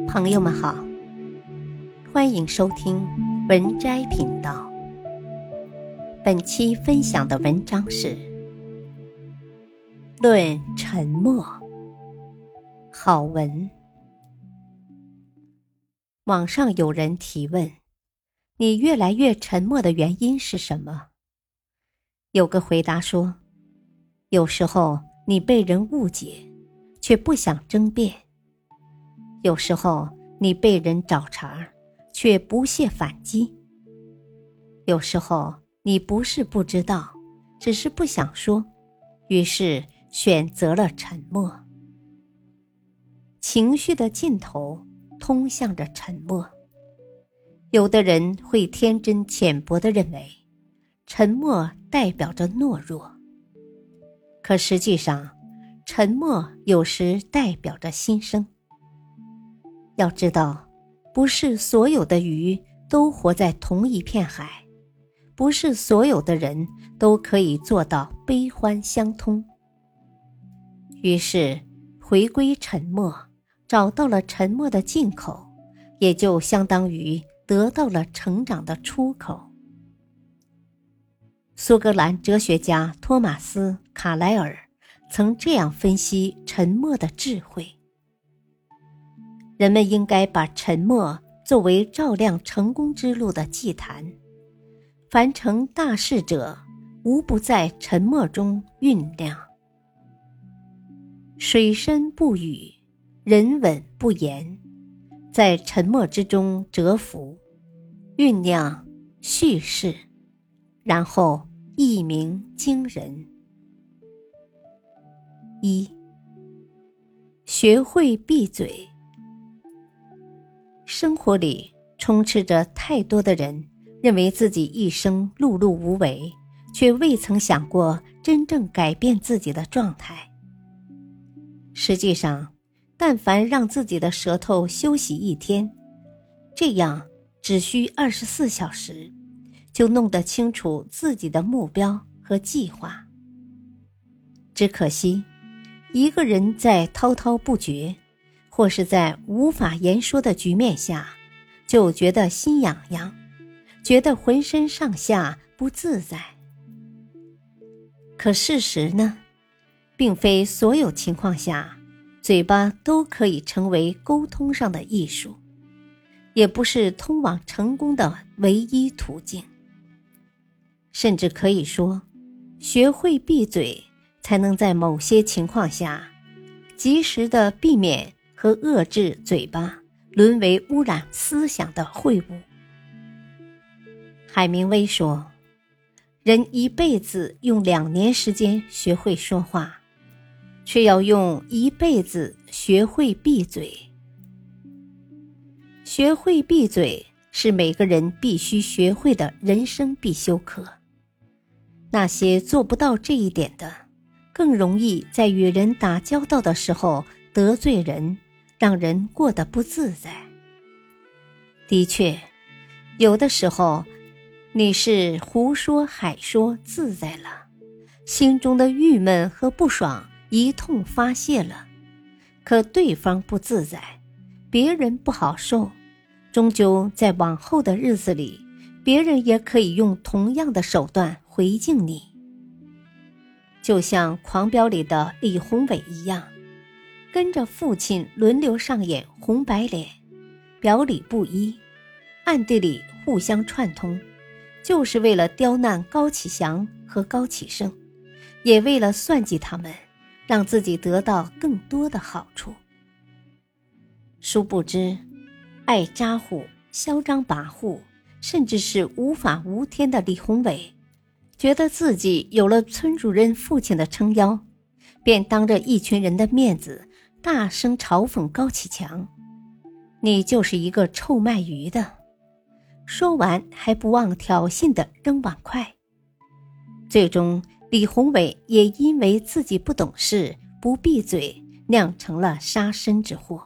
朋友们好，欢迎收听文摘频道。本期分享的文章是论沉默。好文。网上有人提问，你越来越沉默的原因是什么？有个回答说，有时候你被人误解，却不想争辩；有时候你被人找茬，却不屑反击；有时候你不是不知道，只是不想说，于是选择了沉默。情绪的尽头通向着沉默。有的人会天真浅薄地认为，沉默代表着懦弱。可实际上，沉默有时代表着心声。要知道，不是所有的鱼都活在同一片海，不是所有的人都可以做到悲欢相通。于是，回归沉默，找到了沉默的进口，也就相当于得到了成长的出口。苏格兰哲学家托马斯·卡莱尔曾这样分析沉默的智慧：人们应该把沉默作为照亮成功之路的祭坛，凡成大事者，无不在沉默中酝酿。水深不语，人稳不言，在沉默之中蛰伏，酝酿，蓄势，然后一鸣惊人。一，学会闭嘴。生活里充斥着太多的人认为自己一生碌碌无为，却未曾想过真正改变自己的状态。实际上，但凡让自己的舌头休息一天，这样只需24小时，就弄得清楚自己的目标和计划。只可惜，一个人在滔滔不绝，或是在无法言说的局面下，就觉得心痒痒，觉得浑身上下不自在。可事实呢，并非所有情况下，嘴巴都可以成为沟通上的艺术，也不是通往成功的唯一途径。甚至可以说，学会闭嘴，才能在某些情况下，及时地避免和遏制嘴巴沦为污染思想的秽物。海明威说，人一辈子用2年时间学会说话，却要用一辈子学会闭嘴。学会闭嘴是每个人必须学会的人生必修课。那些做不到这一点的，更容易在与人打交道的时候得罪人，让人过得不自在。的确，有的时候你是胡说海说自在了，心中的郁闷和不爽一通发泄了，可对方不自在，别人不好受，终究在往后的日子里，别人也可以用同样的手段回敬你。就像《狂飙》里的李宏伟一样，跟着父亲轮流上演红白脸，表里不一，暗地里互相串通，就是为了刁难高启祥和高启盛，也为了算计他们，让自己得到更多的好处。殊不知，爱咋呼、嚣张跋扈，甚至是无法无天的李宏伟，觉得自己有了村主任父亲的撑腰，便当着一群人的面子大声嘲讽高启强，你就是一个臭卖鱼的。说完还不忘挑衅地扔碗筷。最终李宏伟也因为自己不懂事不闭嘴，酿成了杀身之祸。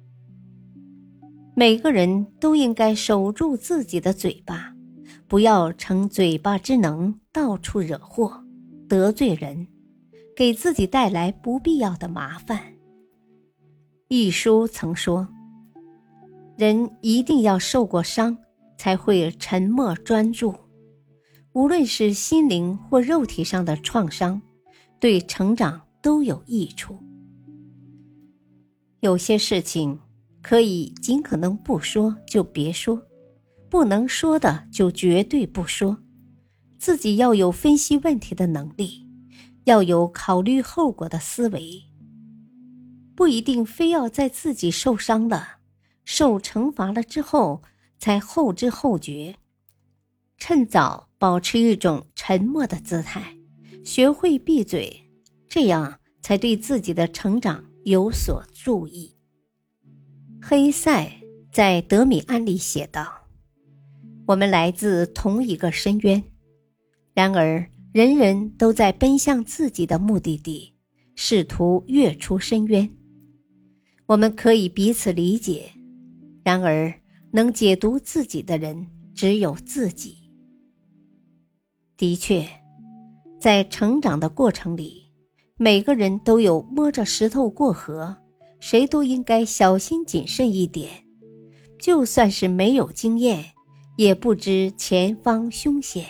每个人都应该守住自己的嘴巴，不要逞嘴巴之能到处惹祸，得罪人，给自己带来不必要的麻烦。一书曾说， 人一定要受过伤，才会沉默专注。无论是心灵或肉体上的创伤，对成长都有益处。有些事情可以尽可能不说就别说，不能说的就绝对不说。自己要有分析问题的能力，要有考虑后果的思维。不一定非要在自己受伤了、受惩罚了之后才后知后觉，趁早保持一种沉默的姿态，学会闭嘴，这样才对自己的成长有所注意。黑塞在《德米安》里写道：我们来自同一个深渊，然而人人都在奔向自己的目的地，试图跃出深渊。我们可以彼此理解，然而能解读自己的人只有自己。的确，在成长的过程里，每个人都有摸着石头过河，谁都应该小心谨慎一点。就算是没有经验，也不知前方凶险。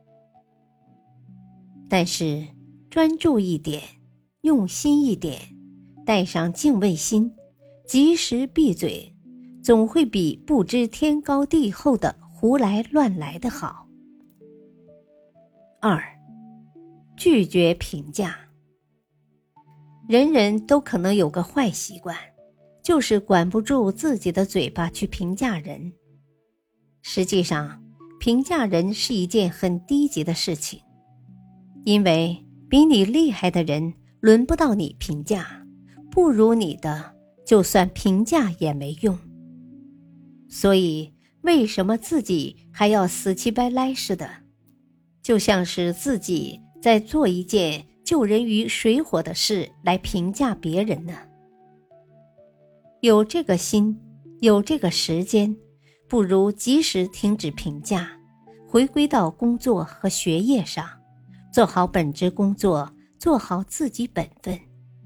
但是专注一点，用心一点，带上敬畏心，及时闭嘴，总会比不知天高地厚的胡来乱来的好。2. 拒绝评价。人人都可能有个坏习惯，就是管不住自己的嘴巴去评价人。实际上，评价人是一件很低级的事情，因为比你厉害的人轮不到你评价，不如你的就算评价也没用。所以为什么自己还要死乞白赖似的，就像是自己在做一件救人于水火的事来评价别人呢？有这个心，有这个时间，不如及时停止评价，回归到工作和学业上，做好本职工作，做好自己本分。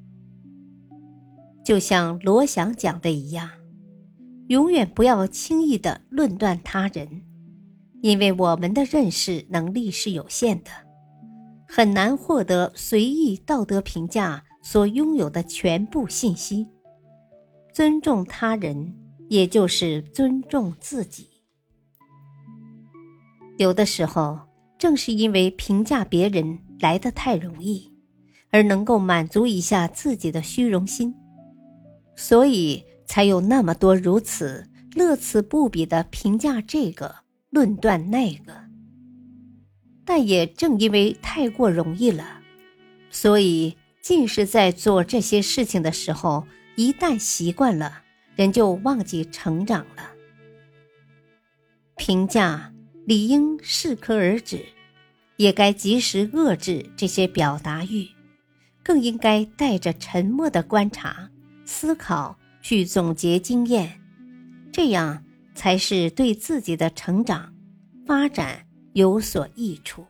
就像罗翔讲的一样，永远不要轻易地论断他人，因为我们的认识能力是有限的，很难获得随意道德评价所拥有的全部信息。尊重他人，也就是尊重自己。有的时候，正是因为评价别人来得太容易，而能够满足一下自己的虚荣心，所以才有那么多如此乐此不疲地评价这个，论断那个。但也正因为太过容易了，所以尽是在做这些事情的时候，一旦习惯了，人就忘记成长了。评价理应适可而止，也该及时遏制这些表达欲，更应该带着沉默的观察、思考去总结经验，这样才是对自己的成长、发展有所益处。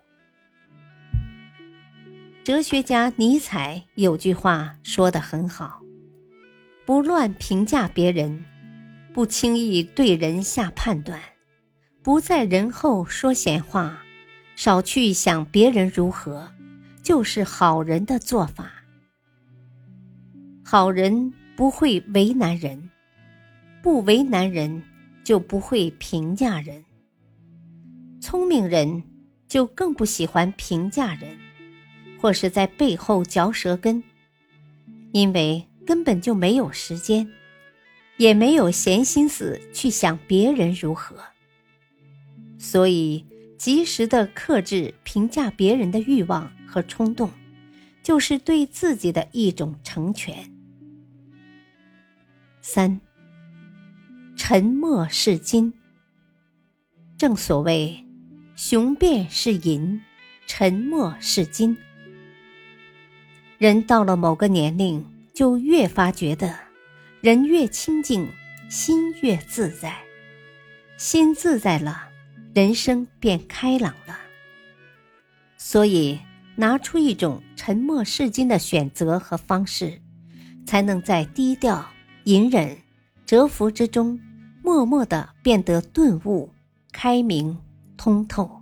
哲学家尼采有句话说得很好：不乱评价别人，不轻易对人下判断，不在人后说闲话，少去想别人如何，就是好人的做法。好人不会为难人，不为难人就不会评价人。聪明人就更不喜欢评价人，或是在背后嚼舌根，因为根本就没有时间，也没有闲心思去想别人如何。所以及时地克制评价别人的欲望和冲动，就是对自己的一种成全。3. 沉默是金。正所谓雄辩是银，沉默是金。人到了某个年龄，就越发觉得人越清静，心越自在。心自在了，人生便开朗了。所以拿出一种沉默是金的选择和方式，才能在低调、隐忍、蛰伏之中， 默默地变得顿悟、开明、通透。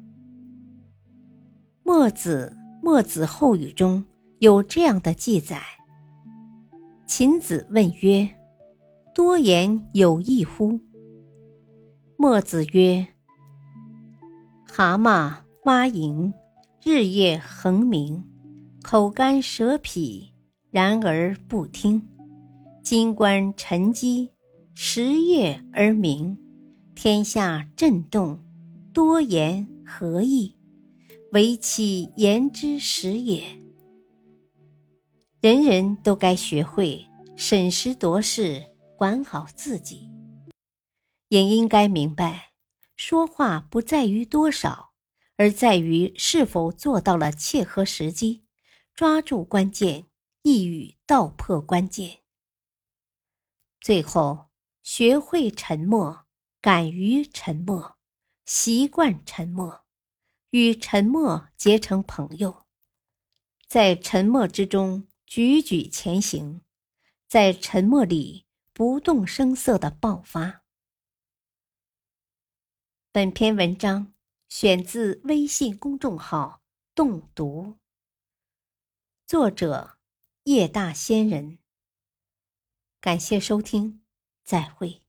墨子后语中有这样的记载：秦子问曰：多言有益乎？墨子曰：蛤蟆、蛙蝇，日夜恒鸣，口干舌痞，然而不听。金冠沉积，食夜而鸣，天下震动，多言何益？唯其言之实也。人人都该学会审时度势，管好自己，也应该明白，说话不在于多少，而在于是否做到了切合时机，抓住关键，一语道破关键。最后，学会沉默，敢于沉默，习惯沉默，与沉默结成朋友，在沉默之中踽踽前行，在沉默里不动声色地爆发。本篇文章选自微信公众号动读，作者叶大仙人。感谢收听，再会。